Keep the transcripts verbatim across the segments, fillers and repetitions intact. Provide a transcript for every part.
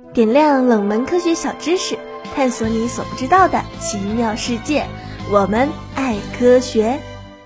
点亮冷门科学小知识，探索你所不知道的奇妙世界。我们爱科学。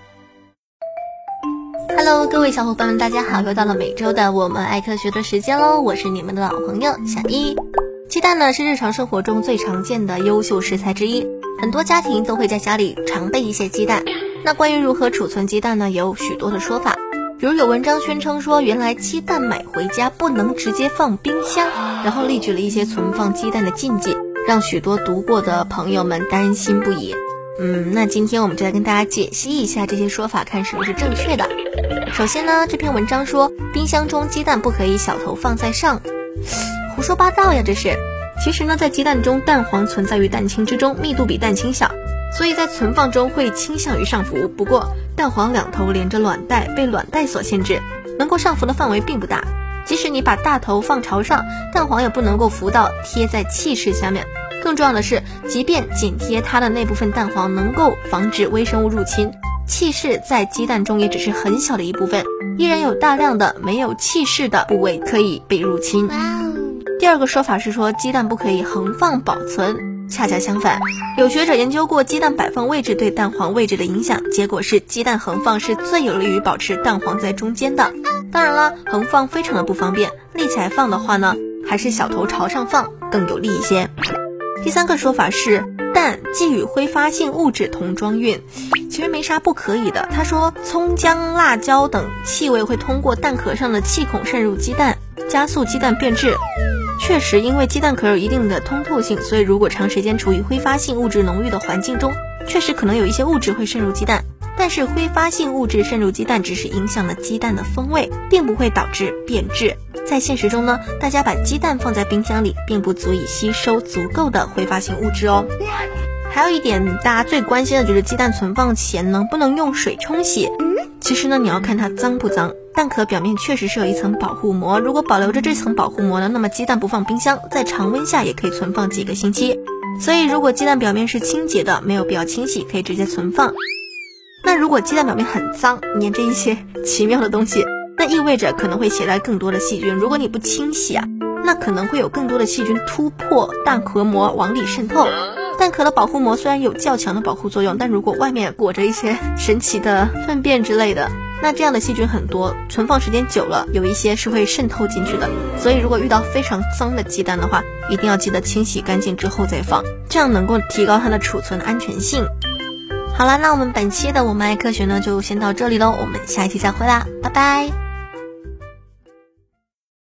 Hello， 各位小伙伴们，大家好！又到了每周的我们爱科学的时间喽，我是你们的老朋友小一。鸡蛋呢是日常生活中最常见的优秀食材之一，很多家庭都会在家里常备一些鸡蛋。那关于如何储存鸡蛋呢，有许多的说法。比如有文章宣称说，原来鸡蛋买回家不能直接放冰箱，然后例举了一些存放鸡蛋的禁忌，让许多读过的朋友们担心不已。嗯，那今天我们就来跟大家解析一下这些说法，看是不是正确的。首先呢，这篇文章说冰箱中鸡蛋不可以小头放在上，胡说八道呀这是。其实呢，在鸡蛋中蛋黄存在于蛋清之中，密度比蛋清小，所以在存放中会倾向于上浮。不过蛋黄两头连着卵带，被卵带所限制，能够上浮的范围并不大。即使你把大头放朝上，蛋黄也不能够浮到贴在气室下面。更重要的是，即便紧贴它的那部分蛋黄能够防止微生物入侵，气室在鸡蛋中也只是很小的一部分，依然有大量的没有气室的部位可以被入侵。第二个说法是说鸡蛋不可以横放保存，恰恰相反，有学者研究过鸡蛋摆放位置对蛋黄位置的影响，结果是鸡蛋横放是最有利于保持蛋黄在中间的。当然了，横放非常的不方便，立起来放的话呢，还是小头朝上放更有利一些。第三个说法是蛋既与挥发性物质同装运，其实没啥不可以的。他说葱姜辣椒等气味会通过蛋壳上的气孔渗入鸡蛋，加速鸡蛋变质。确实，因为鸡蛋壳有一定的通透性，所以如果长时间处于挥发性物质浓郁的环境中，确实可能有一些物质会渗入鸡蛋。但是挥发性物质渗入鸡蛋只是影响了鸡蛋的风味，并不会导致变质。在现实中呢，大家把鸡蛋放在冰箱里，并不足以吸收足够的挥发性物质哦。还有一点大家最关心的就是鸡蛋存放前能不能用水冲洗。其实呢，你要看它脏不脏。蛋壳表面确实是有一层保护膜，如果保留着这层保护膜呢，那么鸡蛋不放冰箱，在常温下也可以存放几个星期。所以如果鸡蛋表面是清洁的，没有必要清洗，可以直接存放。那如果鸡蛋表面很脏，粘着一些奇妙的东西，那意味着可能会携带更多的细菌。如果你不清洗啊，那可能会有更多的细菌突破蛋壳膜往里渗透。蛋壳的保护膜虽然有较强的保护作用，但如果外面裹着一些神奇的粪便之类的，那这样的细菌很多，存放时间久了，有一些是会渗透进去的。所以如果遇到非常脏的鸡蛋的话，一定要记得清洗干净之后再放，这样能够提高它的储存安全性。好啦，那我们本期的我们爱科学呢就先到这里咯，我们下一期再会啦，拜拜。